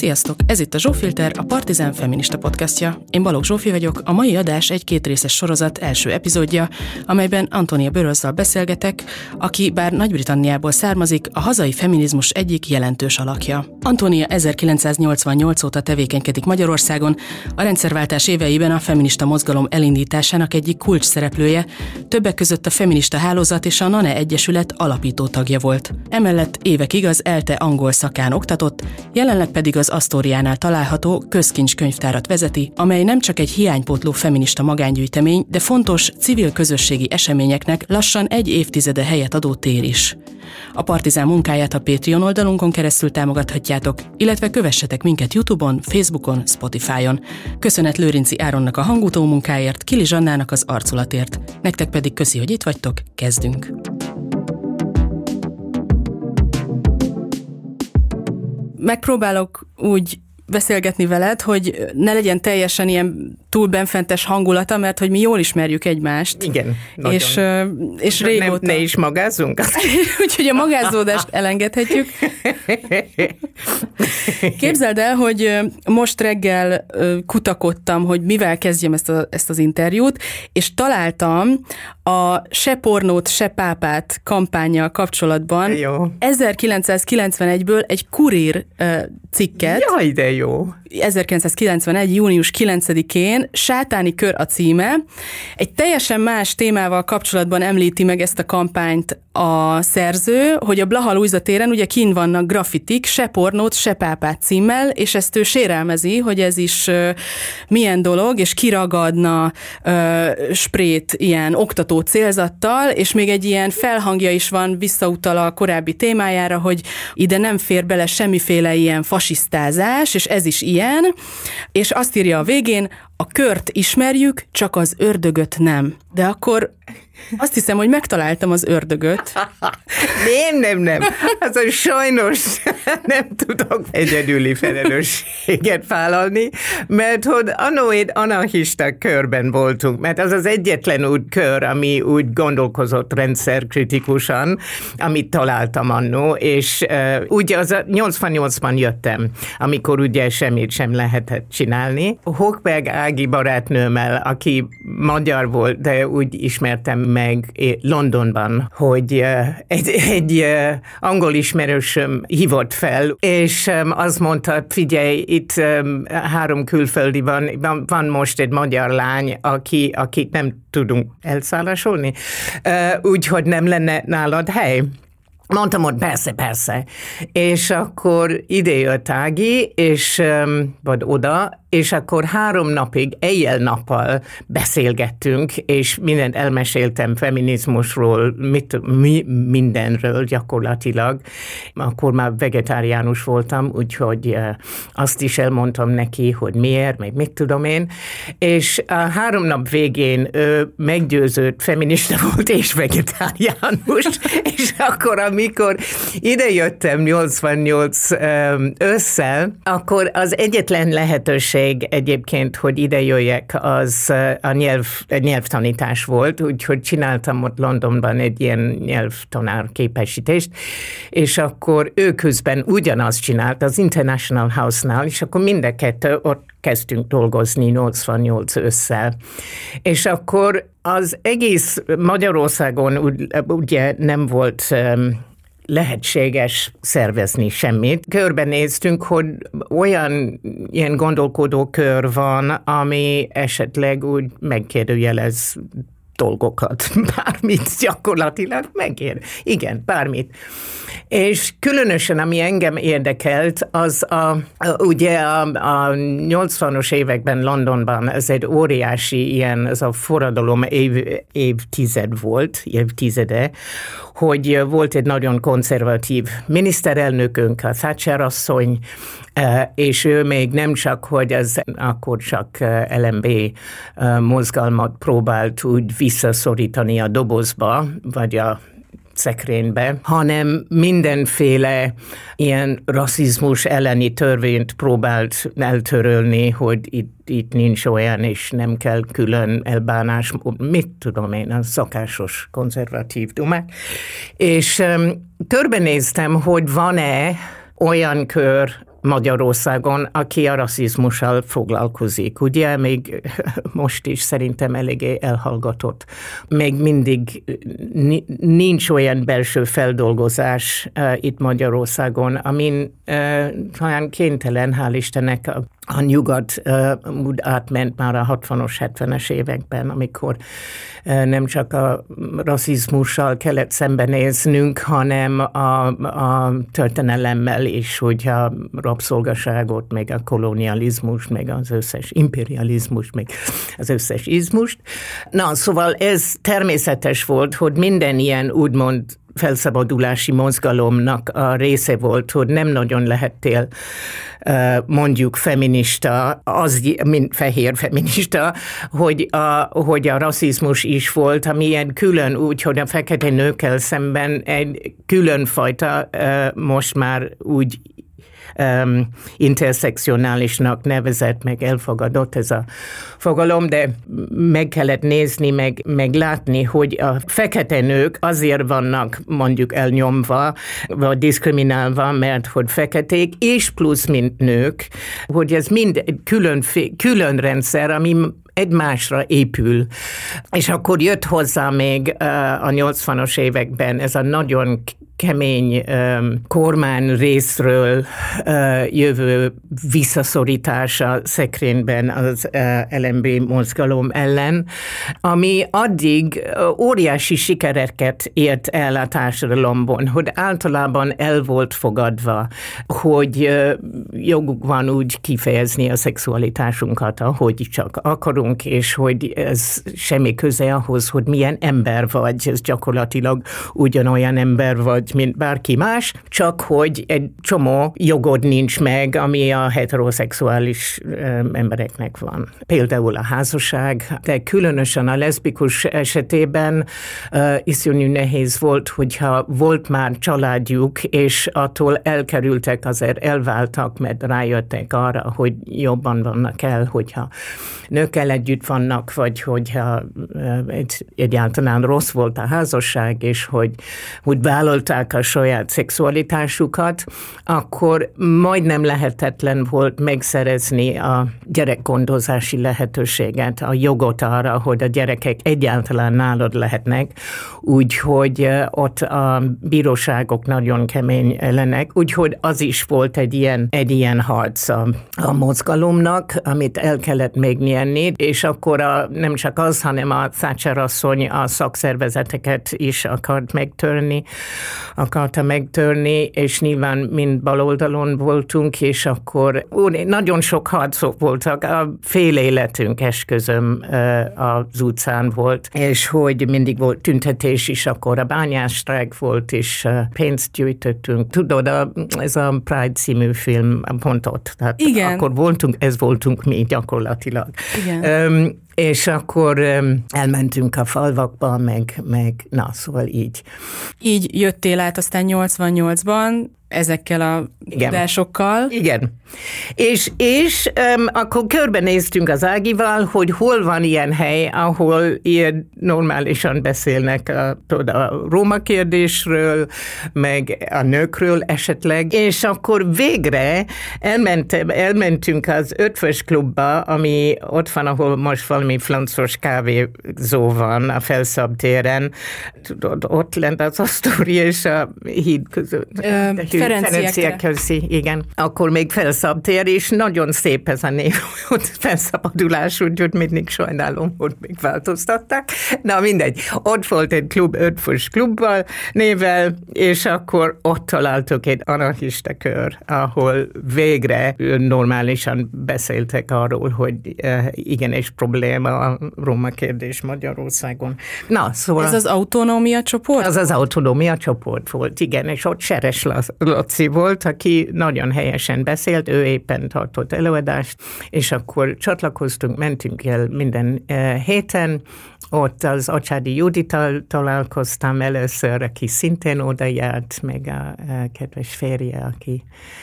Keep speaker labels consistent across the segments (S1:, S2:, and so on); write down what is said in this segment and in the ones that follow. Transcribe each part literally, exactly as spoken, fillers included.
S1: Sziasztok! Ez itt a Zsófilter, a Partizán feminista podcastja. Én Balogh Zsófi vagyok, a mai adás egy kétrészes sorozat első epizódja, amelyben Antonia Burrellszel beszélgetek, aki bár Nagy-Britanniából származik, a hazai feminizmus egyik jelentős alakja. Antonia ezerkilencszáznyolcvannyolc óta tevékenykedik Magyarországon, a rendszerváltás éveiben a feminista mozgalom elindításának egyik kulcs szereplője, többek között a Feminista Hálózat és a NANE Egyesület alapító tagja volt. Emellett évekig az ELTE angol szakán oktatott, jelenleg pedig az Asztóriánál található közkincskönyvtárat vezeti, amely nem csak egy hiánypótló feminista magángyűjtemény, de fontos civil közösségi eseményeknek lassan egy évtizede helyet adó tér is. A Partizán munkáját a Patreon oldalunkon keresztül támogathatjátok, illetve kövessetek minket YouTube-on, Facebookon, Spotify-on. Köszönet Lőrinci Áronnak a hangutó munkáért, Kili Zsannának az arculatért. Nektek pedig köszi, hogy itt vagytok, kezdünk! Megpróbálok úgy beszélgetni veled, hogy ne legyen teljesen ilyen túl benfentes hangulata, mert hogy mi jól ismerjük egymást.
S2: Igen, nagyon.
S1: És, és régóta...
S2: Ne, ne is magázzunk.
S1: Úgyhogy a magázódást elengedhetjük. Képzeld el, hogy most reggel kutakodtam, hogy mivel kezdjem ezt, a, ezt az interjút, és találtam a Se pornót, se pápát kampánnyal kapcsolatban
S2: jó.
S1: ezerkilencszázkilencvenegyből egy Kurír cikket.
S2: Jaj, de jó.
S1: ezerkilencszázkilencvenegy. június kilencedikén Sátáni kör a címe. Egy teljesen más témával kapcsolatban említi meg ezt a kampányt a szerző, hogy a Blaha Lujza téren ugye kint vannak graffitik, Se pornót, se pápát címmel, és ezt ő sérelmezi, hogy ez is uh, milyen dolog, és kiragadna uh, sprét ilyen oktató célzattal, és még egy ilyen felhangja is van, visszautal a korábbi témájára, hogy ide nem fér bele semmiféle ilyen fasisztázás, és ez is ilyen, és azt írja a végén, a kört ismerjük, csak az ördögöt nem. De akkor azt hiszem, hogy megtaláltam az ördögöt.
S2: Nem, nem, nem. Azon sajnos nem tudok egyedüli felelősséget vállalni, mert hogy annó anarchista körben voltunk, mert az az egyetlen úgy kör, ami úgy gondolkozott rendszerkritikusan, amit találtam annó, és uh, ugye az a nyolcvannyolcban jöttem, amikor ugye semmit sem lehetett csinálni. Hochberg Ági barátnőmmel, aki magyar volt, de úgy ismertem meg Londonban, hogy egy, egy angol ismerősöm hívott fel, és azt mondta, figyelj, itt három külföldi van, van most egy magyar lány, aki, akit nem tudunk elszállásolni, úgyhogy nem lenne nálad hely. Mondtam, hogy persze, persze. És akkor ide jött Ági, és vagy oda, és akkor három napig, éjjel-nappal beszélgettünk, és mindent elmeséltem feminizmusról, mit, mi, mindenről gyakorlatilag. Akkor már vegetáriánus voltam, úgyhogy azt is elmondtam neki, hogy miért, meg mit tudom én. És a három nap végén ő meggyőződ feminista volt és vegetáriánus, és akkor, amikor idejöttem nyolcvannyolc ősszel, akkor az egyetlen lehetőség egyébként, hogy ide jöjjek, az a, nyelv, a nyelvtanítás volt, úgyhogy csináltam ott Londonban egy ilyen nyelvtanár képesítést, és akkor ő közben ugyanazt csinált az International House-nál, és akkor mind a kettő ott kezdtünk dolgozni nyolcvannyolc ősszel. És akkor az egész Magyarországon ugye nem volt um, lehetséges szervezni semmit. Körbenéztünk, hogy olyan ilyen gondolkodó kör van, ami esetleg úgy megkérdőjelez dolgokat, bármit gyakorlatilag megér. Igen, bármit. És különösen, ami engem érdekelt, az a, a, ugye a, a nyolcvanas években Londonban ez egy óriási ilyen, ez a forradalom év, évtized volt, évtizede, hogy volt egy nagyon konzervatív miniszterelnökünk, a Thatcher asszony, és ő még nem csak, hogy ez akkor csak el em bé mozgalmat próbált úgy visszaszorítani a dobozba, vagy a szekrénybe, hanem mindenféle ilyen rasszizmus elleni törvényt próbált eltörölni, hogy itt, itt nincs olyan, és nem kell külön elbánás, mit tudom én, a szokásos konzervatív dumák. És um, körbenéztem, hogy van-e olyan kör Magyarországon, aki a rasszizmussal foglalkozik. Ugye még most is szerintem eléggé elhallgatott. Még mindig nincs olyan belső feldolgozás uh, itt Magyarországon, amin uh, talán kénytelen, hál' Istennek, a, a nyugat uh, úgy átment már a hatvanas, hetvenes években, amikor uh, nem csak a rasszizmussal kellett szembenéznünk, hanem a, a történelemmel is, hogy a rabszolgaságot, meg a kolonializmus, meg az összes imperializmus, meg az összes izmust. Na, szóval ez természetes volt, hogy minden ilyen úgymond felszabadulási mozgalomnak a része volt, hogy nem nagyon lehettél mondjuk feminista, az, mint fehér feminista, hogy a, hogy a rasszizmus is volt, ami ilyen külön úgy, hogy a fekete nőkkel szemben egy különfajta, most már úgy Um, interszekcionálisnak nevezett, meg elfogadott ez a fogalom, de meg kellett nézni, meg, meg látni, hogy a fekete nők azért vannak mondjuk elnyomva, vagy diszkriminálva, mert hogy feketék, és plusz mint nők, hogy ez mind egy külön, külön rendszer, ami egymásra épül. És akkor jött hozzá még uh, a nyolcvanas években ez a nagyon kemény um, kormány részről uh, jövő visszaszorítása szekrényben az uh, el em bé mozgalom ellen, ami addig uh, óriási sikereket ért el a társadalomban, hogy általában el volt fogadva, hogy uh, joguk van úgy kifejezni a szexualitásunkat, ahogy csak akarunk, és hogy ez semmi köze ahhoz, hogy milyen ember vagy, ez gyakorlatilag ugyanolyan ember vagy, mint bárki más, csak hogy egy csomó jogod nincs meg, ami a heteroszexuális embereknek van. Például a házasság, de különösen a leszbikus esetében uh, iszonyú nehéz volt, hogyha volt már családjuk, és attól elkerültek, azért elváltak, mert rájöttek arra, hogy jobban vannak el, hogyha nőkkel együtt vannak, vagy hogyha uh, egy, egyáltalán rossz volt a házasság, és hogy úgy vállalták a saját szexualitásukat, akkor majdnem lehetetlen volt megszerezni a gyerekgondozási lehetőséget, a jogot arra, hogy a gyerekek egyáltalán nálad lehetnek, úgyhogy ott a bíróságok nagyon kemény ellenek, úgyhogy az is volt egy ilyen, egy ilyen harc a, a mozgalomnak, amit el kellett még nyerni, és akkor a, nem csak az, hanem a Thatcher asszony a szakszervezeteket is akart megtörni, akarta megtörni, és nyilván mind baloldalon voltunk, és akkor úr, nagyon sok harcok voltak, a fél életünk esközöm az utcán volt, és hogy mindig volt tüntetés is, akkor a bányászstrájk volt, és pénzt gyűjtöttünk. Tudod, a, ez a Pride című film pont ott. Tehát
S1: igen.
S2: Akkor voltunk, ez voltunk mi gyakorlatilag.
S1: Igen.
S2: Um, és akkor um, elmentünk a falvakba, meg, meg na, szóval így.
S1: Így jöttél át aztán nyolcvannyolcban ezekkel a
S2: igen.
S1: tudásokkal.
S2: Igen. És, és um, akkor körbenéztünk az Ágival, hogy hol van ilyen hely, ahol ilyen normálisan beszélnek a, a Róma kérdésről, meg a nőkről esetleg, és akkor végre elmentem, elmentünk az Ötvös klubba, ami ott van, ahol most valami francos kávézó van a Felszabtéren. Tudod, ott lent az Astoria és a híd között.
S1: Ö, Ferenciek
S2: közi, igen. Akkor még Felszabtér, és nagyon szép ez a név, hogy felszabadulás, úgyhogy mindig sajnálom, hogy még változtatták. Na mindegy, ott volt egy klub, Ötvös klubbal névvel, és akkor ott találtuk egy anarchista kör, ahol végre normálisan beszéltek arról, hogy igenis probléma a roma kérdés Magyarországon. Na, szóval...
S1: Ez az autonómia csoport?
S2: Az az autonómia csoport volt, igen, és ott Seres Laci volt, aki nagyon helyesen beszélt, ő éppen tartott előadást, és akkor csatlakoztunk, mentünk el minden uh, héten, ott az Acsádi Judittal találkoztam először, aki szintén oda járt, meg a, a kedves férje, aki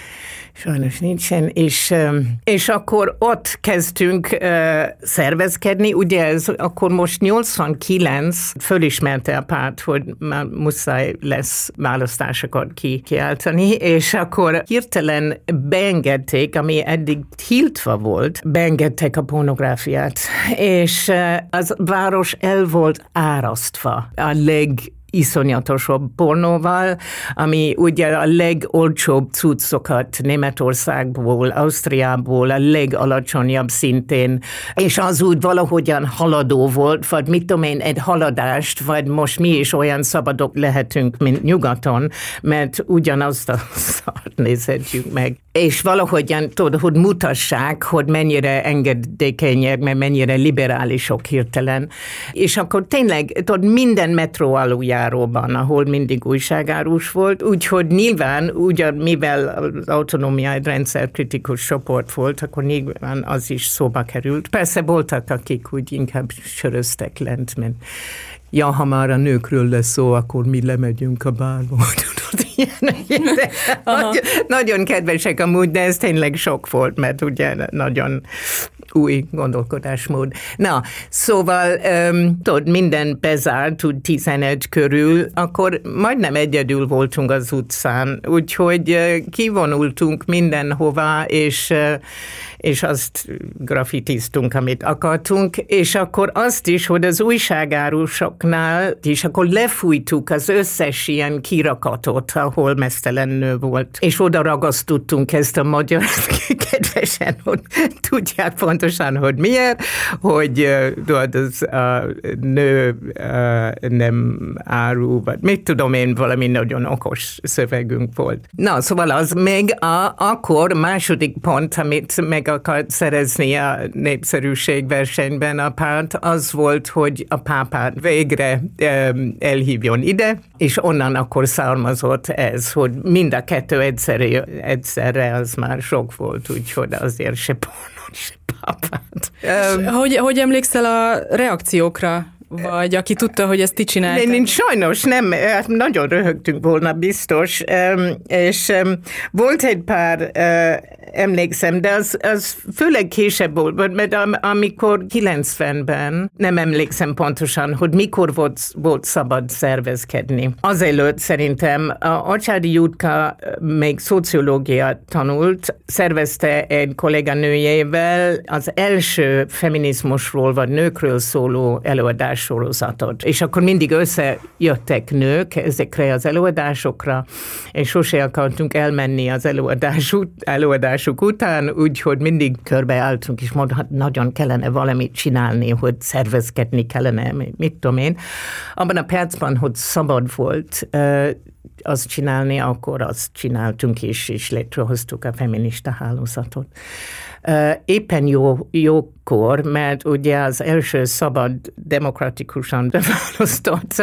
S2: Sajnos nincsen, és, és akkor ott kezdtünk uh, szervezkedni, ugye ez akkor most nyolcvankilenc fölismerte a párt, hogy már muszáj lesz választásokat ki, kiáltani, és akkor hirtelen beengedték, ami eddig tiltva volt, beengedtek a pornográfiát, és uh, az város el volt árasztva a leg iszonyatosabb pornóval, ami ugye a legolcsóbb cuccokat Németországból, Ausztriából, a legalacsonyabb szintén, és az úgy valahogyan haladó volt, vagy mit tudom én, egy haladást, vagy most mi is olyan szabadok lehetünk, mint nyugaton, mert ugyanazt a szart nézhetjük meg. És valahogyan tudod, hogy mutassák, hogy mennyire engedékenyek, mert mennyire liberálisok hirtelen. És akkor tényleg tudod, minden metró aluljáróban, ahol mindig újságárus volt, úgyhogy nyilván, ugyan mivel az autonómia egy rendszerkritikus csoport volt, akkor nyilván az is szóba került. Persze voltak, akik úgy inkább söröztek lent, mert ja, ha már a nőkről lesz szó, akkor mi lemegyünk a bárba. Tudod, ilyen, ilyen. Nagyon, nagyon kedvesek amúgy, de ez tényleg sok volt, mert ugye nagyon új gondolkodásmód. Na, szóval um, tudod, minden bezárt, úgy tizenegy körül, akkor majdnem egyedül voltunk az utcán, úgyhogy uh, kivonultunk mindenhova, és, uh, és azt grafitiztunk, amit akartunk, és akkor azt is, hogy az újságárusoknál, és akkor lefújtuk az összes ilyen kirakatot, ahol meztelen nő volt, és oda ragasztottunk ezt a magyar kedvesen, hogy tudják pontosan, hogy miért, hogy tudod, az a nő nem áru, vagy mit tudom én, valami nagyon okos szövegünk volt. Na, szóval az még a, akkor második pont, amit meg akart szerezni a népszerűségversenyben a párt, az volt, hogy a pápát végre um, elhívjon ide, és onnan akkor származott ez, hogy mind a kettő egyszerre, egyszerre az már sok volt, úgyhogy azért se pornó, se pápát. Um,
S1: hogy, hogy emlékszel a reakciókra? Vagy aki tudta, hogy ezt ti csináltak?
S2: Én sajnos nem, nagyon röhögtünk volna biztos, és volt egy pár, emlékszem, de az, az főleg később volt, mert amikor kilencvenben, nem emlékszem pontosan, hogy mikor volt, volt szabad szervezkedni. Azelőtt szerintem a Acsádi Jutka még szociológiát tanult, szervezte egy kolléganőjével az első feminizmusról vagy nőkről szóló előadás sorozatot. És akkor mindig összejöttek nők ezekre az előadásokra, és sose akartunk elmenni az előadás ut- előadásuk után, úgyhogy mindig körbeálltunk, és mondhat, nagyon kellene valamit csinálni, hogy szervezkedni kellene, mit tudom én. Abban a percben, hogy szabad volt azt csinálni, akkor azt csináltunk is, és létrehoztuk a feminista hálózatot. Éppen jó, jókor, mert ugye az első szabad, demokratikusan választott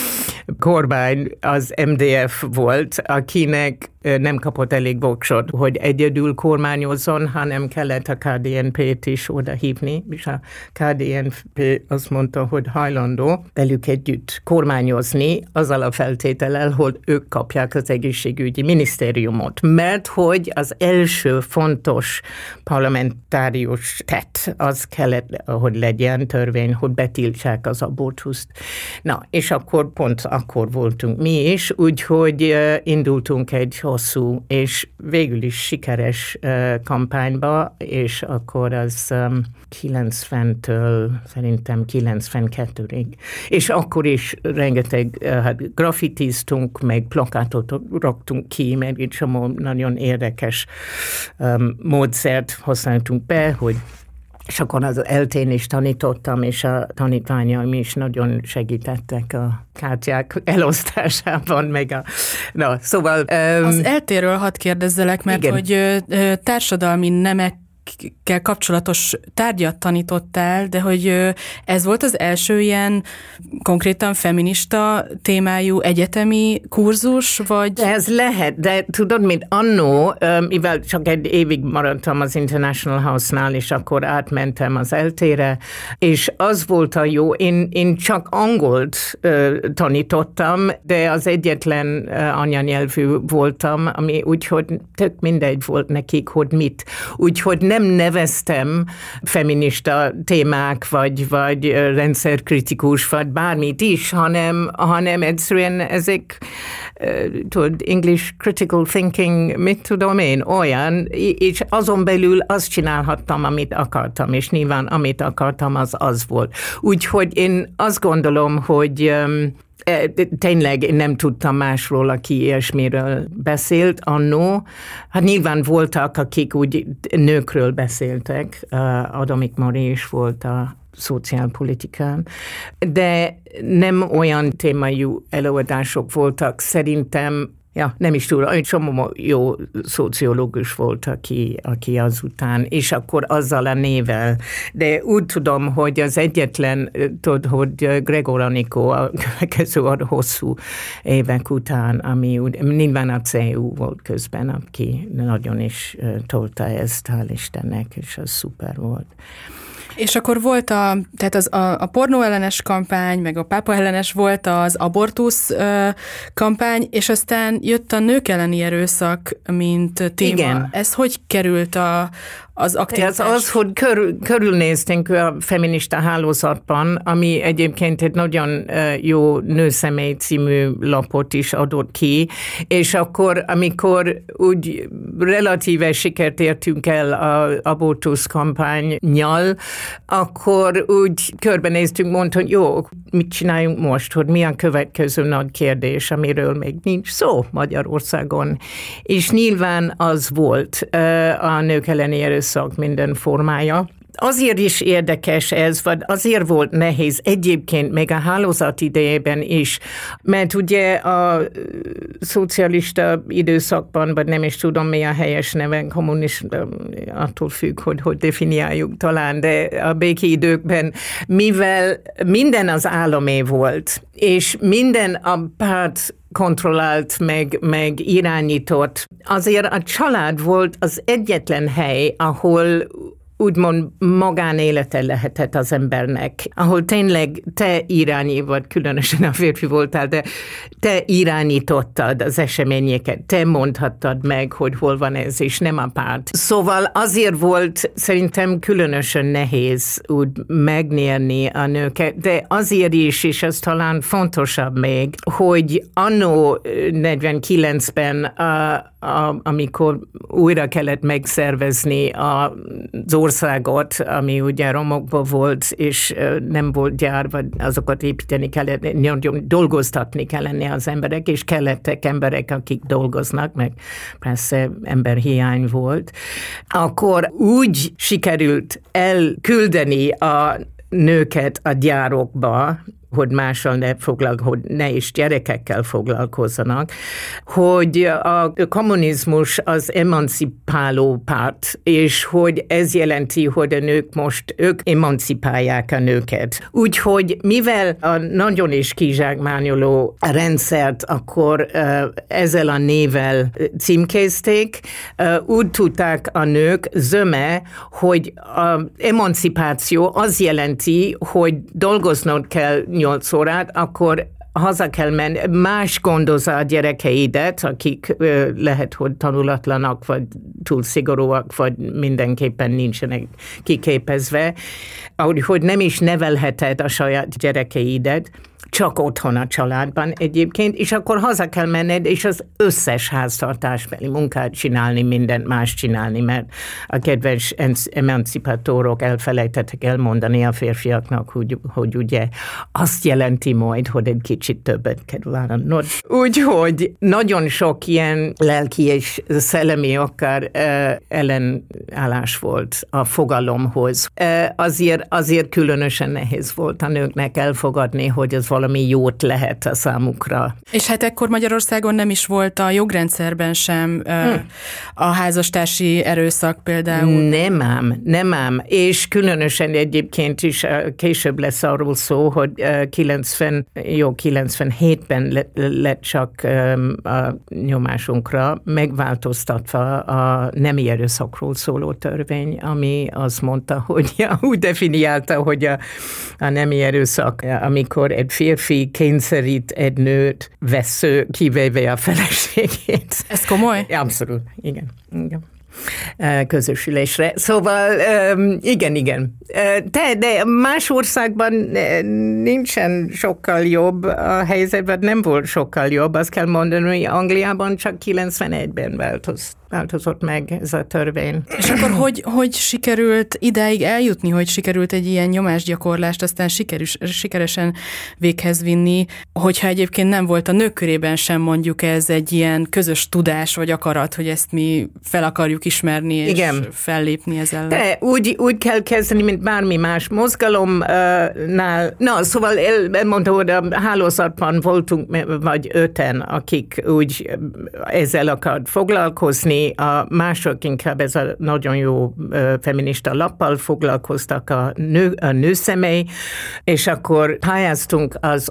S2: kormány az em dé ef volt, akinek nem kapott elég voksot, hogy egyedül kormányozzon, hanem kellett a ká dé en pét is odahívni, és a ká dé en pé azt mondta, hogy hajlandó velük együtt kormányozni, azzal a feltétellel, hogy ők kapják az egészségügyi minisztériumot. Mert hogy az első fontos parlamentárius tett, az kellett, hogy legyen törvény, hogy betiltsák az abortuszt. Na, és akkor pont akkor voltunk mi is, úgyhogy indultunk egy hosszú és végül is sikeres kampányba, és akkor az kilencventől szerintem kilencvenkettőig. És akkor is rengeteg hát, grafitiztunk, meg plakátot raktunk ki, meg egy csomó nagyon érdekes um, módszert használtunk be, hogy és akkor az eltén is tanítottam, és a tanítványaim is nagyon segítettek a kártyák elosztásában, meg a... Na, szóval... Um,
S1: az eltéről hadd kérdezzelek, mert igen. hogy ö, társadalmi nemek nőkkel kapcsolatos tárgyat tanítottál, de hogy ez volt az első ilyen konkrétan feminista témájú egyetemi kurzus, vagy?
S2: De ez lehet, de tudod, mint annó, mivel csak egy évig maradtam az International House-nál, és akkor átmentem az eltére, és az volt a jó, én, én csak angolt uh, tanítottam, de az egyetlen uh, anyanyelvű voltam, ami úgyhogy tök mindegy volt nekik, hogy mit. Úgyhogy nem neveztem feminista témák, vagy, vagy uh, rendszerkritikus, vagy bármit is, hanem, hanem egyszerűen ezek uh, tudod, English critical thinking, mit tudom én, olyan, és azon belül azt csinálhattam, amit akartam, és nyilván amit akartam, az az volt. Úgyhogy én azt gondolom, hogy um, tényleg én nem tudtam másról, aki ilyesmiről beszélt annó. Hát nyilván voltak, akik úgy nőkről beszéltek, uh, Adamik Mari is volt a szociálpolitikán, de nem olyan témájú előadások voltak. Szerintem, ja, nem is tudom, egy csomó jó szociológus volt, aki, aki azután, és akkor azzal a nével. De úgy tudom, hogy az egyetlen, tudod, hogy Gregor Anikó a következő hosszú évek után, ami úgy, nyilván a cé u volt közben, aki nagyon is tolta ezt, hál' Istennek, és az szuper volt.
S1: És akkor volt a, tehát az, a, a pornó ellenes kampány, meg a pápa ellenes volt az abortusz uh, kampány, és aztán jött a nők elleni erőszak, mint téma.
S2: Igen.
S1: Ez hogy került a, az aktivitás?
S2: Ez az, hogy körül, körülnéztünk a feminista hálózatban, ami egyébként egy nagyon jó Nőszemély című lapot is adott ki, és akkor, amikor úgy relatíve sikert értünk el az abortusz kampánnyal, akkor úgy körbenéztünk, mondta, hogy jó, mit csináljunk most, hogy mi a következő nagy kérdés, amiről még nincs szó Magyarországon. És nyilván az volt a nők elleni erőszak minden formája. Azért is érdekes ez, vagy azért volt nehéz egyébként még a hálózat idejében is, mert ugye a szocialista időszakban, vagy nem is tudom mi a helyes neve, kommunista, attól függ, hogy hogy definiáljuk talán, de a békeidőkben, mivel minden az államé volt, és minden a párt kontrollált, meg, meg irányított, azért a család volt az egyetlen hely, ahol úgymond magánélete lehetett az embernek, ahol tényleg te irányi, vagy különösen a férfi voltál, de te irányítottad az eseményeket, te mondhattad meg, hogy hol van ez, és nem a párt. Szóval azért volt szerintem különösen nehéz úgy megnyerni a nőket, de azért is, és ez talán fontosabb még, hogy annó negyvenkilencben, a, a, amikor újra kellett megszervezni az országot, ami ugye romokban volt, és nem volt gyár, vagy azokat építeni kellett, dolgoztatni kellene az emberek, és kellettek emberek, akik dolgoznak, meg persze emberhiány volt, akkor úgy sikerült elküldeni a nőket a gyárokba, hogy mással ne foglalkoznak, hogy ne is gyerekekkel foglalkozzanak, hogy a kommunizmus az emancipáló párt, és hogy ez jelenti, hogy a nők most, ők emancipálják a nőket. Úgyhogy mivel a nagyon is kizsákmányoló rendszert akkor ezzel a névvel címkézték, úgy tudták a nők zöme, hogy az emancipáció az jelenti, hogy dolgoznod kell nyolc órát, akkor haza kell menni, más gondozza a gyerekeidet, akik ö, lehet, hogy tanulatlanak, vagy túl szigorúak, vagy mindenképpen nincsenek kiképezve, ahogy hogy nem is nevelheted a saját gyerekeidet, csak otthon a családban egyébként, és akkor haza kell menned, és az összes háztartásbeli munkát csinálni, mindent más csinálni, mert a kedves emancipátorok elfelejtettek elmondani a férfiaknak, hogy, hogy ugye azt jelenti majd, hogy egy kicsit többet kell várnod. Úgyhogy nagyon sok ilyen lelki és szellemi akár uh, ellenállás volt a fogalomhoz. Uh, azért, azért különösen nehéz volt a nőknek elfogadni, hogy ez valami valami jót lehet a számukra.
S1: És hát ekkor Magyarországon nem is volt a jogrendszerben sem hmm. a házastársi erőszak például.
S2: Nem ám, nem ám. És különösen egyébként is később lesz arról szó, hogy kilencven, jó, kilencvenhétben lett csak a nyomásunkra megváltoztatva a nemi erőszakról szóló törvény, ami azt mondta, hogy ja, úgy definiálta, hogy a, a nemi erőszak, amikor egy férfi kényszerít egy nőt vesző, kivéve a feleségét.
S1: Ez komoly?
S2: Abszolút, igen. igen. Közösülésre. Szóval igen, igen. De, de más országban nincsen sokkal jobb a helyzet, vagy nem volt sokkal jobb. Azt kell mondani, hogy Angliában csak kilencvenegyben változott. változott meg ez a törvény.
S1: És akkor hogy, hogy sikerült idáig eljutni, hogy sikerült egy ilyen nyomásgyakorlást aztán sikerüs, sikeresen véghez vinni, hogyha egyébként nem volt a nők körében sem mondjuk ez egy ilyen közös tudás vagy akarat, hogy ezt mi fel akarjuk ismerni és igen. fellépni ezzel.
S2: De úgy, úgy kell kezdeni, mint bármi más mozgalomnál. Na, szóval elmondta, hogy a hálózatban voltunk vagy öten, akik úgy ezzel akart foglalkozni. A mások inkább ez a nagyon jó feminista lappal foglalkoztak a, nő, a nőszemély, és akkor pályáztunk az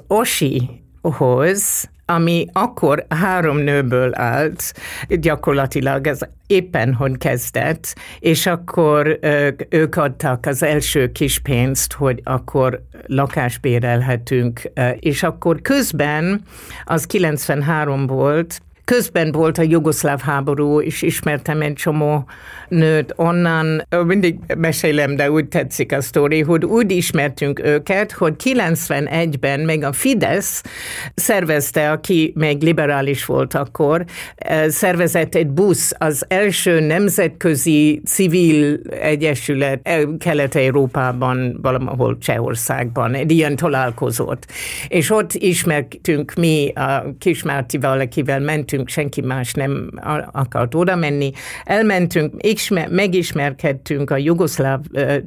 S2: Osihoz, ami akkor három nőből állt, gyakorlatilag ez éppen hogy kezdett, és akkor ők adtak az első kis pénzt, hogy akkor lakást bérelhetünk, és akkor közben, az kilencvenhárom volt, közben volt a jugoszláv háború, és ismertem egy csomó nőt onnan. Mindig mesélem, de úgy tetszik a sztori, hogy úgy ismertünk őket, hogy kilencvenegyben meg a Fidesz szervezte, aki még liberális volt akkor, szervezett egy busz, az első nemzetközi civil egyesület Kelet-Európában, valahol Csehországban, egy ilyen találkozót. És ott ismertünk mi a Kismártival, akivel mentünk, senki más nem akart oda menni. Elmentünk, megismerkedtünk a jugoszláv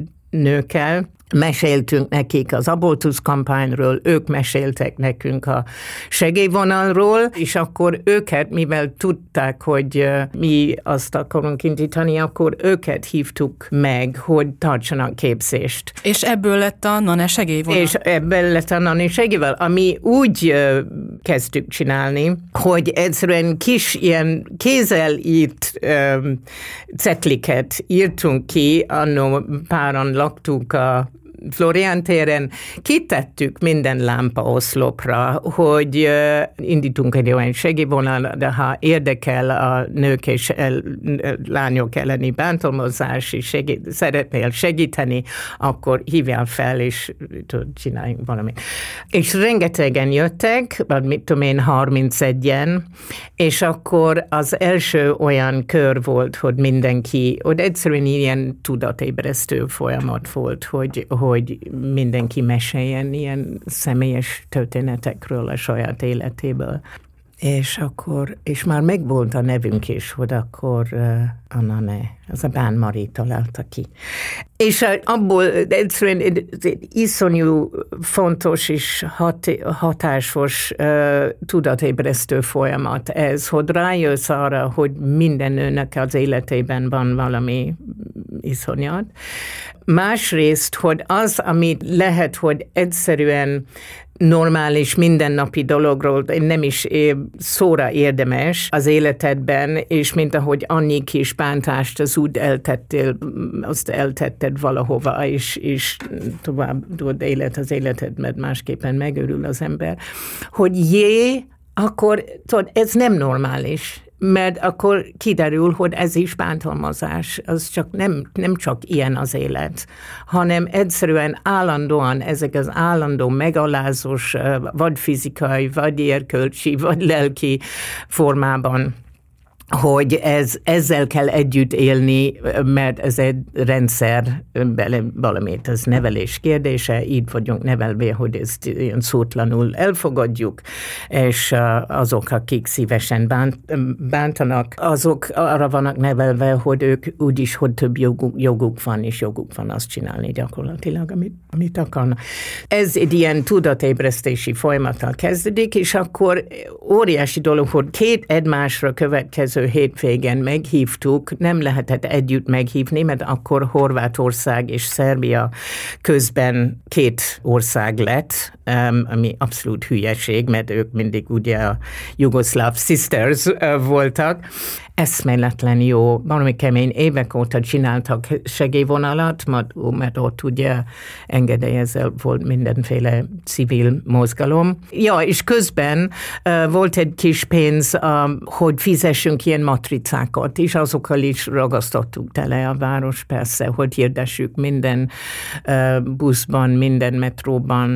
S2: nőkkel, meséltünk nekik az abortusz kampányról, ők meséltek nekünk a segélyvonalról, és akkor őket, mivel tudták, hogy mi azt akarunk indítani, akkor őket hívtuk meg, hogy tartsanak képzést.
S1: És ebből lett a Nane segélyvonal.
S2: És ebből lett a Nane segélyvonal, ami úgy kezdtük csinálni, hogy egyszerűen kis ilyen kézzel írt um, cetliket írtunk ki, annó páran laktunk a Florián téren, kitettük minden lámpaoszlopra, hogy uh, indítunk egy olyan segélyvonal, de ha érdekel a nők és el, lányok elleni bántalmazás, és segít, szeretnél segíteni, akkor hívjál fel, és csináljunk valamit. És rengetegen jöttek, vagy mit tudom én, harmincegyen, és akkor az első olyan kör volt, hogy mindenki, hogy egyszerűen ilyen tudatébresztő folyamat volt, hogy, hogy hogy mindenki meséljen ilyen személyes történetekről a saját életéből. És akkor, és már megvolt a nevünk is, hogy akkor uh, a Nane, az a Bán Mari találta ki. És abból egyszerűen egy iszonyú fontos és hat, hatásos uh, tudatébresztő folyamat ez, hogy rájössz arra, hogy minden nőnek az életében van valami iszonyat. Másrészt, hogy az, amit lehet, hogy egyszerűen normális, mindennapi dologról nem is szóra érdemes az életedben, és mint ahogy annyi kis bántást az úgy eltettél, azt eltetted valahova, és, és tovább tudod élet az életedben, másképpen megörül az ember, hogy jé, akkor tudod, ez nem normális. Mert akkor kiderül, hogy ez is bántalmazás, az csak nem, nem csak ilyen az élet, hanem egyszerűen állandóan ezek az állandó megalázós, vagy fizikai, vagy erkölcsi, vagy lelki formában hogy ez, ezzel kell együtt élni, mert ez egy rendszer, valamit, ez nevelés kérdése, így vagyunk nevelve, hogy ezt ilyen szótlanul elfogadjuk, és azok, akik szívesen bánt, bántanak, azok arra vannak nevelve, hogy ők úgyis, hogy több joguk, joguk van, és joguk van azt csinálni gyakorlatilag, amit, amit akarnak. Ez egy ilyen tudatébresztési folyamattal kezdődik, és akkor óriási dolog, hogy két egymásra következő hétvégen meghívtuk, nem lehetett együtt meghívni, mert akkor Horvátország és Szerbia közben két ország lett, ami abszolút hülyeség, mert ők mindig ugye a Jugoszláv Sisters voltak. Eszméletlen jó, valami kemény évek óta csináltak segélyvonalat, mert ott ugye engedélyezel volt mindenféle civil mozgalom. Ja, és közben uh, volt egy kis pénz, uh, hogy fizessünk ilyen matricákat, és azokkal is ragasztottuk tele a város, persze, hogy hirdessük minden uh, buszban, minden metróban,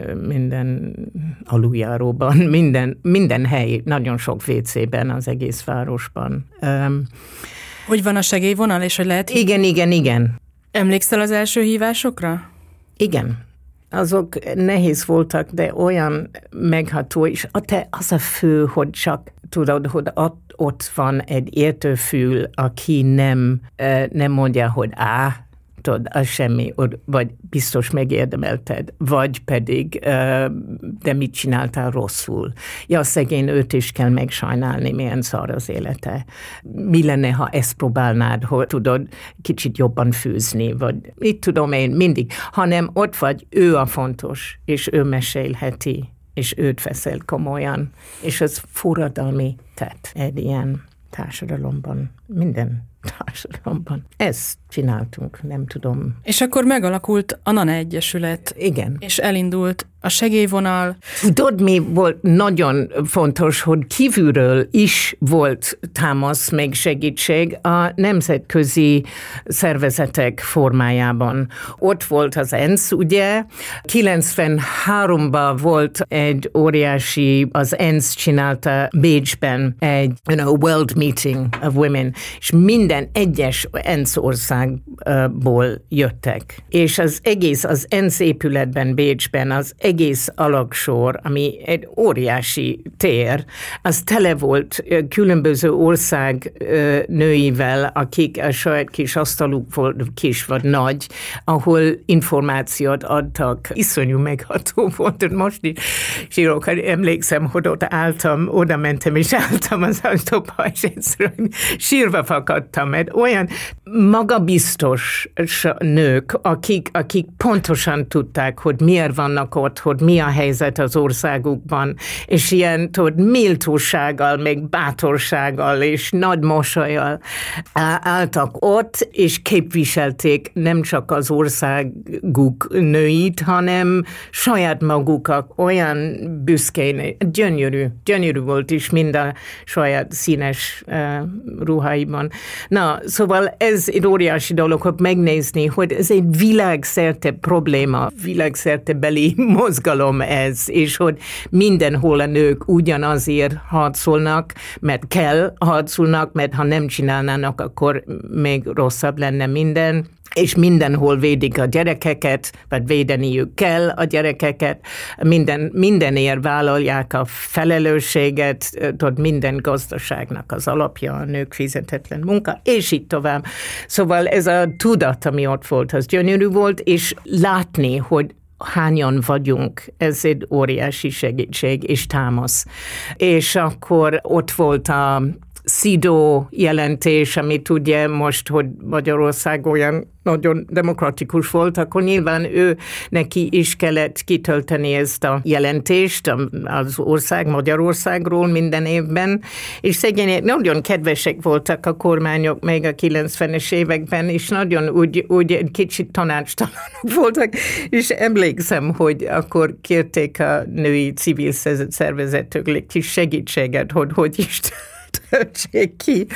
S2: minden aluljáróban, minden, minden hely, nagyon sok vécében az egész városban. Um,
S1: hogy van a segélyvonal, és hogy lehet...
S2: Igen, igen, igen.
S1: Emlékszel az első hívásokra?
S2: Igen. Azok nehéz voltak, de olyan megható, és az a fő, hogy csak tudod, hogy ott, ott van egy értőfül, aki nem, nem mondja, hogy á, tudod, az semmi, vagy biztos megérdemelted, vagy pedig, de mit csináltál rosszul. Ja, szegény, őt is kell megsajnálni, milyen szar az élete. Mi lenne, ha ezt próbálnád, hogy tudod, kicsit jobban fűzni, vagy mit tudom én, mindig, hanem ott vagy, ő a fontos, és ő mesélheti, és őt veszel komolyan, és ez forradalmi tett egy ilyen társadalomban, minden társadalomban. Ezt csináltunk, nem tudom.
S1: És akkor megalakult a NANA Egyesület.
S2: Igen.
S1: És elindult a segélyvonal.
S2: Tudod, mi volt nagyon fontos, hogy kívülről is volt támasz, meg segítség a nemzetközi szervezetek formájában. Ott volt az ENSZ, ugye? kilencvenháromban volt egy óriási, az ENSZ csinálta Bécsben egy you know, World Meeting of Women, és minden egyes ENSZ országból jöttek. És az egész, az ENSZ épületben Bécsben, az egész alaksor, ami egy óriási tér, az tele volt különböző ország nőivel, akik a saját kis asztaluk volt, kis vagy nagy, ahol információt adtak. Iszonyú megható volt, most is sírok, emlékszem, hogy ott álltam, oda mentem, és álltam az ajtóba, és egyszerűen sírva fakadtam, mert olyan magabiztos nők, akik, akik pontosan tudták, hogy miért vannak ott, hogy mi a helyzet az országukban, és ilyen tudod, méltósággal, meg bátorsággal, és nagy mosollyal álltak ott, és képviselték nem csak az országuk nőit, hanem saját magukat olyan büszkén, gyönyörű, gyönyörű volt is mind a saját színes uh, ruháiban. Na, szóval ez egy óriási dolog, hogy megnézni, hogy ez egy világszerte probléma, világszerte beli mozgalom ez, és hogy mindenhol a nők ugyanazért harcolnak, mert kell harcolnak, mert ha nem csinálnának, akkor még rosszabb lenne minden, és mindenhol védik a gyerekeket, vagy védeniük kell a gyerekeket, minden, mindenért vállalják a felelősséget, tudod, minden gazdaságnak az alapja a nők fizetetlen munka, és így tovább. Szóval ez a tudat, ami ott volt, az gyönyörű volt, és látni, hogy hányan vagyunk, ez egy óriási segítség és támasz. És akkor ott volt a SZIDO jelentés, amit ugye most, hogy Magyarország olyan nagyon demokratikus volt, akkor nyilván ő neki is kellett kitölteni ezt a jelentést az ország, Magyarországról minden évben, és szegények nagyon kedvesek voltak a kormányok még a kilencvenes években, és nagyon úgy, úgy egy kicsit tanácstalanok voltak, és emlékszem, hogy akkor kérték a női civil szervezetők kis segítséget, hogy hogy is töltsék ki.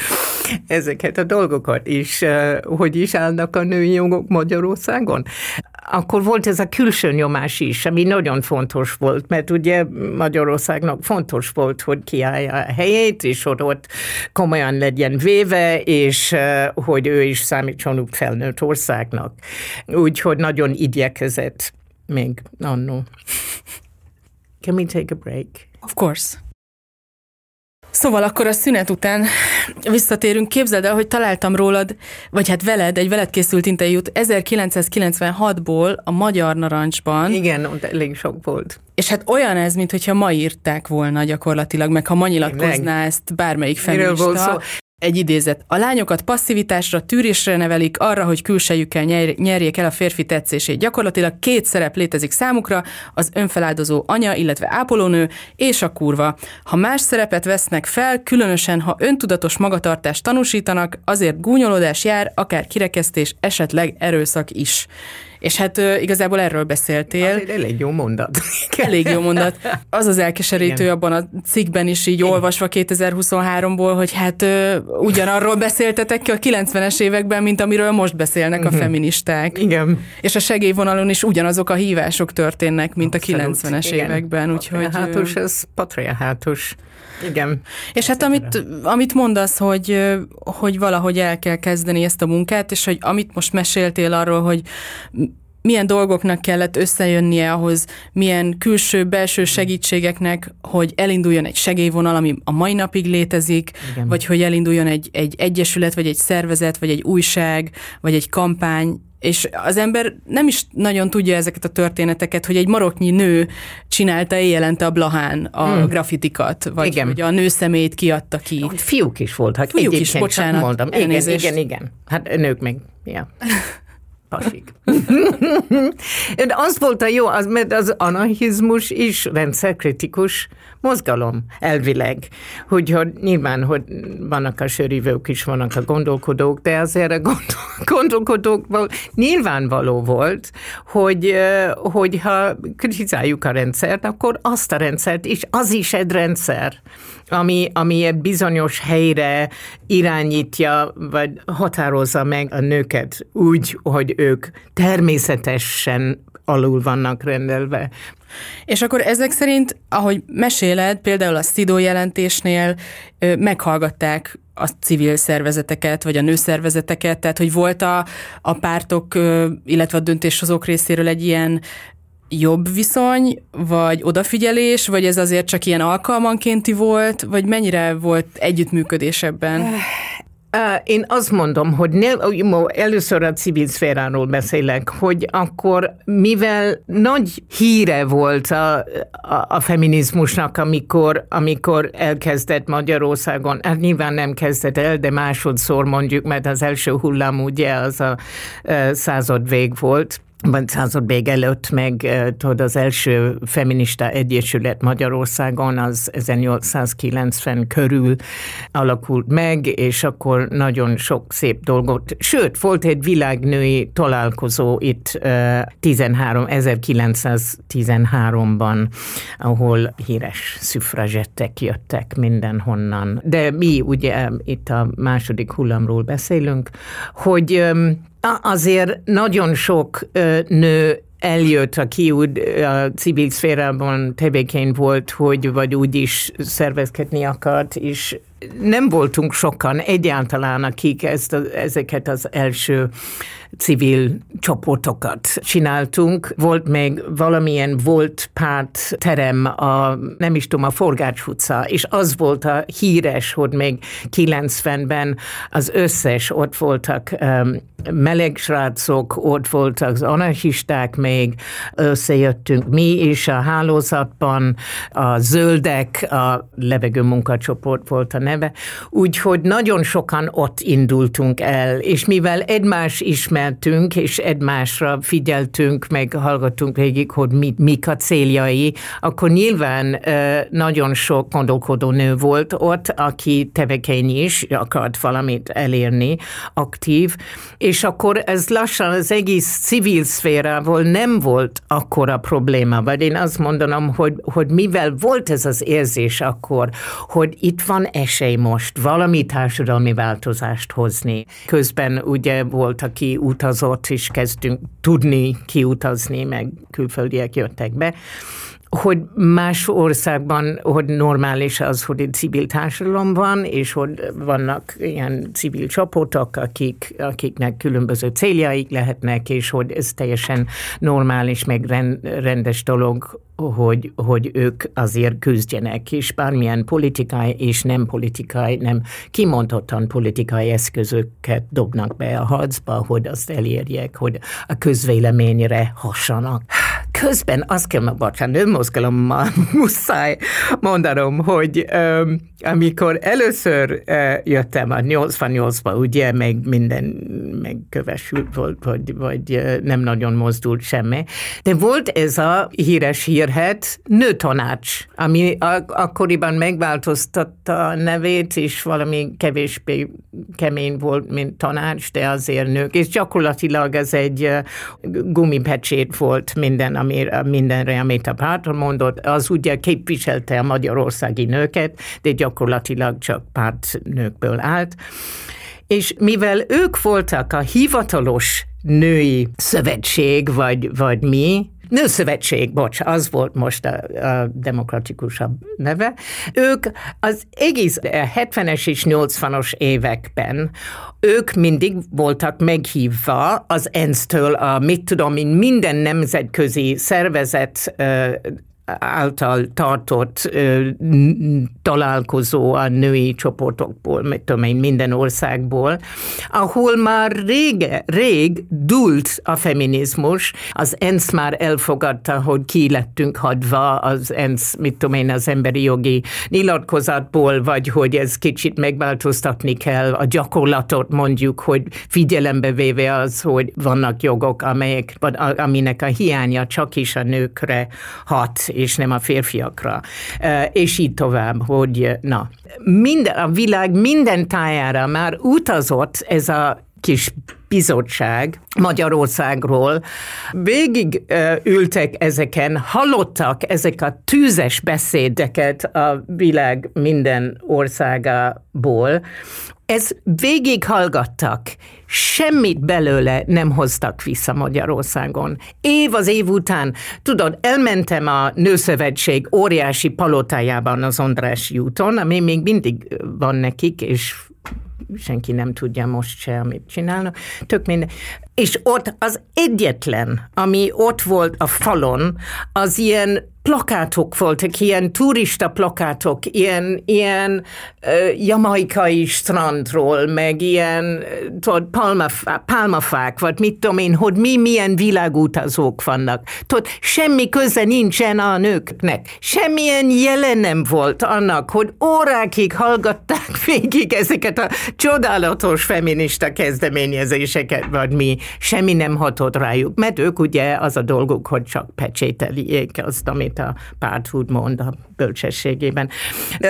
S2: ezeket a dolgokat is, hogy is állnak a női jogok Magyarországon. Akkor volt ez a külső nyomás is, ami nagyon fontos volt, mert ugye Magyarországnak fontos volt, hogy kiállja a helyét, és hogy ott komolyan legyen véve, és hogy ő is számítson úgy felnőtt országnak. Úgyhogy nagyon igyekezett még annó. Can we take a break?
S1: Of course. Szóval akkor a szünet után visszatérünk. Képzeld el, hogy találtam rólad, vagy hát veled, egy veled készült interjút ezerkilencszázkilencvenhatból a Magyar Narancsban.
S2: Igen, ott elég sok volt.
S1: És hát olyan ez, mintha ma írták volna gyakorlatilag, meg ha ma nyilatkozná ezt bármelyik feminista. Egy idézet. A lányokat passzivitásra, tűrésre nevelik, arra, hogy külsejükkel nyerjék el a férfi tetszését. Gyakorlatilag két szerep létezik számukra, az önfeláldozó anya, illetve ápolónő, és a kurva. Ha más szerepet vesznek fel, különösen ha öntudatos magatartást tanúsítanak, azért gúnyolódás jár, akár kirekesztés, esetleg erőszak is. És hát uh, igazából erről beszéltél.
S2: Az egy elég jó mondat.
S1: Elég jó mondat. Az az elkeserítő igen. abban a cikkben is így igen. olvasva kétezer-huszonháromból, hogy hát uh, ugyanarról beszéltetek ki a kilencvenes években, mint amiről most beszélnek uh-huh. a feministák.
S2: Igen.
S1: És a segélyvonalon is ugyanazok a hívások történnek, mint Abszolút. a kilencvenes igen. években. Úgyhogy,
S2: patriarhátus, ez patriarhátus. Igen.
S1: És hát amit, amit mondasz, hogy, hogy valahogy el kell kezdeni ezt a munkát, és hogy amit most meséltél arról, hogy milyen dolgoknak kellett összejönnie ahhoz, milyen külső-belső segítségeknek, hogy elinduljon egy segélyvonal, ami a mai napig létezik, igen. vagy hogy elinduljon egy, egy egyesület, vagy egy szervezet, vagy egy újság, vagy egy kampány, és az ember nem is nagyon tudja ezeket a történeteket, hogy egy maroknyi nő csinálta éjjelente a Blahán a hmm. graffitikat, vagy igen. hogy a nőszemét kiadta ki.
S2: Fiúk is voltak.
S1: Fiúk is, bocsánat.
S2: Mondom. Igen, igen, igen. Hát nők meg, ja. Pasik. De az volt a jó, az, mert az anarchizmus is rendszerkritikus mozgalom, elvileg. Hogy, hogy nyilván, hogy vannak a sörívők is, vannak a gondolkodók, de azért a gondolkodókból nyilvánvaló volt, hogy, hogy ha kritizáljuk a rendszert, akkor azt a rendszert is, az is egy rendszer, ami, ami egy bizonyos helyre irányítja, vagy határozza meg a nőket úgy, hogy ők természetesen alul vannak rendelve.
S1: És akkor ezek szerint, ahogy meséled, például a SZIDO jelentésnél meghallgatták a civil szervezeteket, vagy a nőszervezeteket, tehát hogy volt a, a pártok, illetve a döntéshozók részéről egy ilyen jobb viszony, vagy odafigyelés, vagy ez azért csak ilyen alkalmankénti volt, vagy mennyire volt együttműködés ebben?
S2: Én azt mondom, hogy először a civil szféráról beszélek, hogy akkor mivel nagy híre volt a, a, a feminizmusnak, amikor, amikor elkezdett Magyarországon, hát nyilván nem kezdett el, de másodszor mondjuk, mert az első hullám ugye az a, a század vég volt, vagy század vég előtt meg tudod, az első feminista egyesület Magyarországon az ezernyolcszázkilencven körül alakult meg, és akkor nagyon sok szép dolgot, sőt, volt egy világnői találkozó itt tizenhárom, ezerkilencszáztizenháromban, ahol híres szüfrazsettek jöttek mindenhonnan. De mi ugye itt a második hullámról beszélünk, hogy azért nagyon sok nő eljött, aki úgy a civil szférában tevékeny volt, hogy vagy úgy is szervezkedni akart, és nem voltunk sokan egyáltalán, akik ezt, ezeket az első civil csoportokat csináltunk. Volt még valamilyen volt párt terem, a, nem is tudom, a Forgács utca, és az volt a híres, hogy még kilencvenben az összes, ott voltak um, meleg srácok, ott voltak az anarchisták még, összejöttünk mi is a hálózatban, a zöldek, a levegő munkacsoport volt a neve, úgyhogy nagyon sokan ott indultunk el, és mivel egymás ismertünk, és egymásra figyeltünk, meg hallgattunk végig, hogy mi, mik a céljai, akkor nyilván nagyon sok gondolkodó nő volt ott, aki tevékeny is, akart valamit elérni, aktív, És akkor ez lassan az egész civil szférával nem volt akkora probléma, vagy én azt mondanom, hogy, hogy mivel volt ez az érzés akkor, hogy itt van esély most valami társadalmi változást hozni. Közben ugye volt, aki utazott, és kezdtünk tudni kiutazni, meg külföldiek jöttek be, hogy más országban, hogy normális az, hogy egy civil társadalom van, és hogy vannak ilyen civil csoportok, akik, akiknek különböző céljaik lehetnek, és hogy ez teljesen normális, meg rendes dolog, hogy, hogy ők azért küzdjenek, és bármilyen politikai és nem politikai, nem kimondottan politikai eszközöket dobnak be a harcba, hogy azt elérjek, hogy a közvéleményre hassanak. Közben azt kell, bocsánat, önmozgalommal muszáj mondanom, hogy um, amikor először uh, jöttem a nyolcvannyolcba, ugye, meg minden megkövesült volt, vagy, vagy uh, nem nagyon mozdult semmi, de volt ez a híres hírhet nőtanács, ami ak- akkoriban megváltoztatta a nevét, és valami kevésbé kemény volt, mint tanács, de azért nők, és gyakorlatilag ez egy uh, gumipecsét volt minden, ami, mindenre, amit a párt mondott, az ugye képviselte a magyarországi nőket, de gyakorlatilag csak pártnőkből állt. És mivel ők voltak a hivatalos női szövetség, vagy, vagy mi, Nőszövetség, bocs, az volt most a, a demokratikusabb neve. Ők az egész hetvenes és nyolcvanas években, ők mindig voltak meghívva az é en es-től, a mit tudom én, minden nemzetközi szervezet által tartott ö, találkozó a női csoportokból, mit tudom én, minden országból, ahol már rég, rég dúlt a feminizmus, az é en es már elfogadta, hogy ki lettünk hagyva az é en es, mit tudom én, az emberi jogi nyilatkozatból, vagy hogy ez kicsit megváltoztatni kell a gyakorlatot, mondjuk, hogy figyelembe véve az, hogy vannak jogok, amelyek, aminek a hiánya csak is a nőkre hat, és nem a férfiakra, és így tovább, hogy na, minden, a világ minden tájára már utazott ez a kis bizottság Magyarországról, végig ültek ezeken, hallottak ezek a tűzes beszédeket a világ minden országából, ez végig hallgattak, semmit belőle nem hoztak vissza Magyarországon. Év az év után, tudod, elmentem a Nőszövetség óriási palotájában az Andrássy úton, ami még mindig van nekik, és senki nem tudja most se, amit csinálnak, tök minden. És ott az egyetlen, ami ott volt a falon, az ilyen plakátok voltak, ilyen turista plakátok, ilyen, ilyen uh, jamaikai strandról, meg ilyen tudod, palmafák, palmafák, vagy mit tudom én, hogy mi milyen világutazók vannak. Tudod, semmi köze nincsen a nőknek. Semmilyen jelen nem volt annak, hogy órákig hallgatták végig ezeket a csodálatos feminista kezdeményezéseket, vagy mi. Semmi nem hatott rájuk, mert ők ugye az a dolguk, hogy csak pecsételjék azt, amit a párt úgymond a bölcsességében. Ö,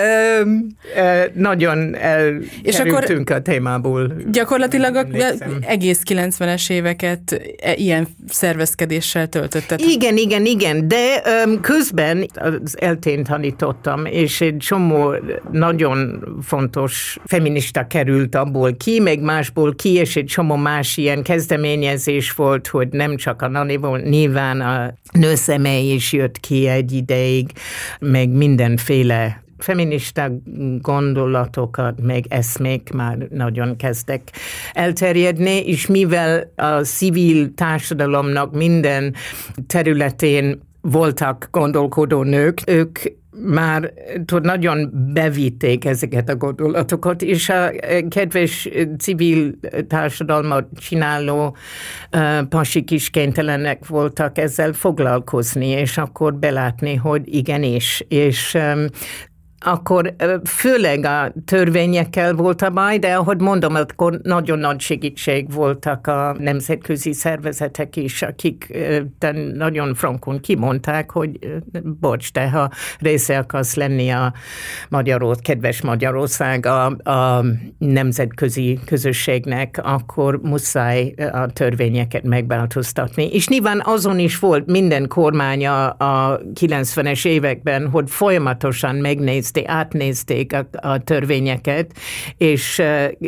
S2: ö, nagyon elkerültünk a témából.
S1: Gyakorlatilag a, egész kilencvenes éveket ilyen szervezkedéssel töltötted.
S2: Igen, igen, igen, de um, közben az eltén tanítottam, és egy csomó nagyon fontos feminista került abból ki, meg másból ki, és egy csomó más ilyen kezdeményezés volt, hogy nem csak a Naniból, nyilván a Nőszemély is jött ki egy ideig, meg mindenféle feminista gondolatokat, meg eszmék már nagyon kezdtek elterjedni, és mivel a civil társadalomnak minden területén voltak gondolkodó nők, ők már tud, nagyon bevitték ezeket a gondolatokat, és a kedves civil társadalmat csináló uh, pasik is kénytelenek voltak ezzel foglalkozni, és akkor belátni, hogy igenis. És um, akkor főleg a törvényekkel volt a baj, de ahogy mondom, akkor nagyon nagy segítség voltak a nemzetközi szervezetek is, akik nagyon frankon kimondták, hogy bocs, te ha része akarsz lenni a Magyarország, kedves Magyarország a, a nemzetközi közösségnek, akkor muszáj a törvényeket megváltoztatni. És nyilván azon is volt minden kormánya a kilencvenes években, hogy folyamatosan megnézték, átnézték a, a törvényeket, és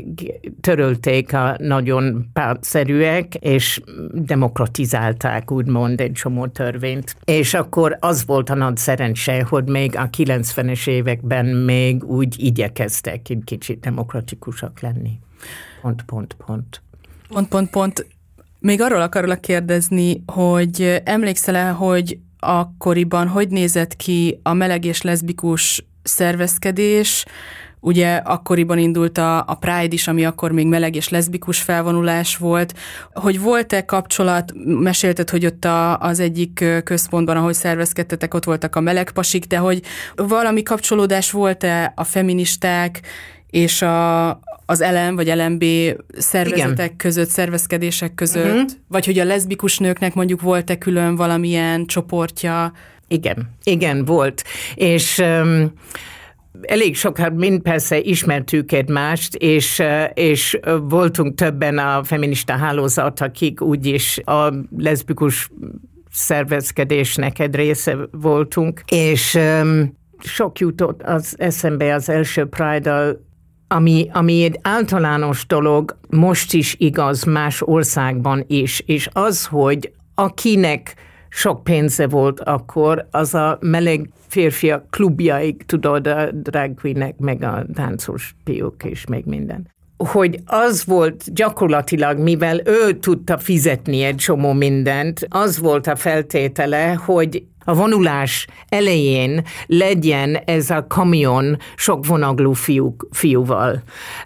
S2: törölték a nagyon pártszerűek, és demokratizálták, úgymond, egy csomó törvényt. És akkor az volt a nagy szerencse, hogy még a kilencvenes években még úgy igyekeztek egy kicsit demokratikusak lenni. Pont, pont, pont.
S1: Pont, pont, pont. Még arról akarlak kérdezni, hogy emlékszel-e, hogy akkoriban hogy nézett ki a meleg és leszbikus szervezkedés? Ugye akkoriban indult a, a Pride is, ami akkor még meleg és leszbikus felvonulás volt. Hogy volt-e kapcsolat, mesélted, hogy ott a, az egyik központban, ahogy szervezkedtetek, ott voltak a meleg pasik, de hogy valami kapcsolódás volt-e a feministák és a, az el em vagy el em bé szervezetek Igen. között, szervezkedések között? Uh-huh. Vagy hogy a leszbikus nőknek mondjuk volt-e külön valamilyen csoportja?
S2: Igen, igen, volt. És... Um... Elég sokat, mind persze ismertük egymást, és, és voltunk többen a feminista hálózat, akik úgyis a leszbikus szervezkedésnek egy része voltunk, és um, sok jutott az eszembe az első Pride-dal, ami, ami egy általános dolog, most is igaz más országban is, és az, hogy akinek sok pénze volt akkor, az a meleg férfiak klubjaik, tudod, a drag queenek, meg a táncos fiúk és még minden. Hogy az volt gyakorlatilag, mivel ő tudta fizetni egy csomó mindent, az volt a feltétele, hogy a vonulás elején legyen ez a kamion sok vonagló fiúk, fiúval.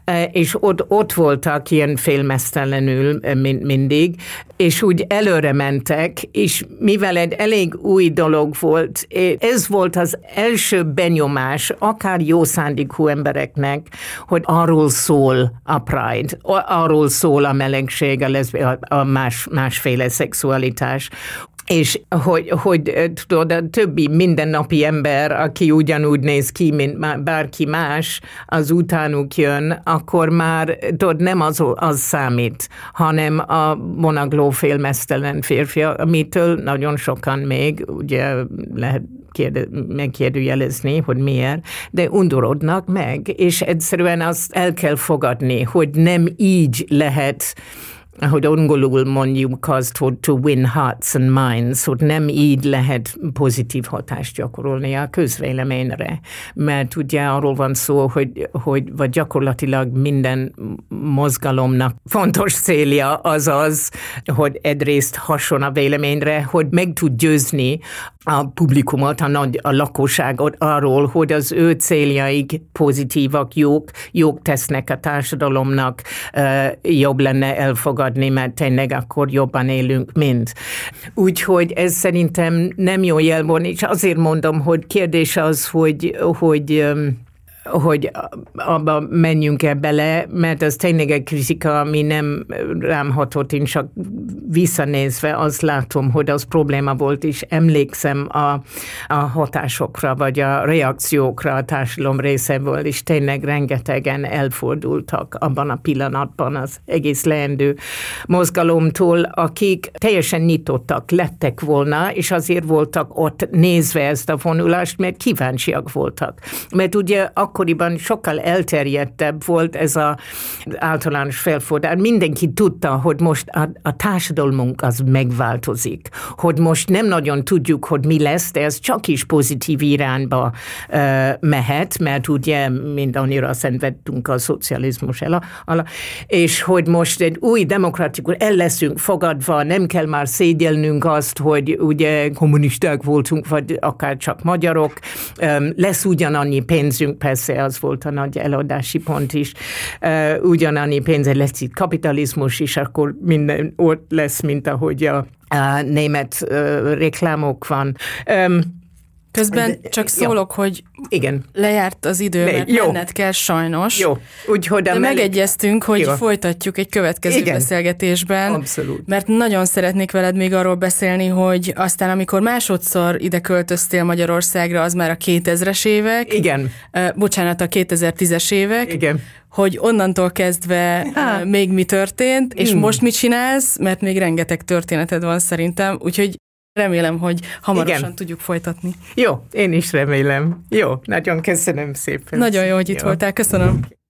S2: És ott, ott voltak ilyen félmeztelenül mindig, és úgy előre mentek, és mivel egy elég új dolog volt, ez volt az első benyomás, akár jó szándékú embereknek, hogy arról szól a Pride, arról szól a melegség, a, leszbi, a más, másféle szexualitás. És hogy, hogy tudod, a többi mindennapi ember, aki ugyanúgy néz ki, mint bárki más, az utánuk jön, akkor már tudod, nem az, az számít, hanem a vonagló félmeztelen férfi, amitől nagyon sokan még, ugye lehet kérde, megkérdőjelezni, hogy miért, de undorodnak meg, és egyszerűen azt el kell fogadni, hogy nem így lehet, ahogy angolul mondjuk azt, hogy to win hearts and minds, hogy nem így lehet pozitív hatást gyakorolni a közvéleményre. Mert ugye arról van szó, hogy, hogy vagy gyakorlatilag minden mozgalomnak fontos célja az az, hogy egyrészt hasson a véleményre, hogy meg tud győzni a publikumot, a, nagy, a lakosságot arról, hogy az ő céljaik pozitívak, jók, jók tesznek a társadalomnak, jobb lenne elfogadni, mert tényleg akkor jobban élünk, mint. Úgyhogy ez szerintem nem jó jelmond, és azért mondom, hogy kérdés az, hogy, hogy hogy abba menjünk-e bele, mert az tényleg egy kritika, ami nem rám hatott, én csak visszanézve azt látom, hogy az probléma volt, és emlékszem a, a hatásokra, vagy a reakciókra a társadalom részéből, és tényleg rengetegen elfordultak abban a pillanatban az egész leendő mozgalomtól, akik teljesen nyitottak lettek volna, és azért voltak ott nézve ezt a vonulást, mert kíváncsiak voltak. Mert ugye akkoriban sokkal elterjedtebb volt ez az általános felfordulás. Mindenki tudta, hogy most a, a társadalmunk az megváltozik, hogy most nem nagyon tudjuk, hogy mi lesz, de ez csak is pozitív irányba uh, mehet, mert ugye mind annyira szenvedtünk a szocializmus el, ala, és hogy most egy új demokratikus, el leszünk fogadva, nem kell már szégyelnünk azt, hogy ugye kommunisták voltunk, vagy akár csak magyarok, um, lesz ugyanannyi pénzünk, persze az volt a nagy eladási pont is, uh, ugyanannyi pénze lesz itt kapitalizmus is, akkor minden ott lesz, mint ahogy a, a német uh, reklámok van. Um,
S1: Közben
S2: De,
S1: csak szólok, jó. hogy
S2: igen.
S1: lejárt az idő, Le, mert jó. menned kell sajnos.
S2: Jó. Úgyhogy
S1: de
S2: mellé...
S1: megegyeztünk, hogy jó. folytatjuk egy következő igen. beszélgetésben.
S2: Abszolút.
S1: Mert nagyon szeretnék veled még arról beszélni, hogy aztán amikor másodszor ide költöztél Magyarországra, az már a kétezres évek.
S2: Igen.
S1: Uh, bocsánat, a kétezer-tízes évek.
S2: Igen.
S1: Hogy onnantól kezdve Há. még mi történt, és hmm. most mit csinálsz, mert még rengeteg történeted van szerintem, úgyhogy remélem, hogy hamarosan igen. tudjuk folytatni.
S2: Jó, én is remélem. Jó, nagyon köszönöm szépen.
S1: Nagyon jó, hogy itt
S2: jó.
S1: voltál, köszönöm.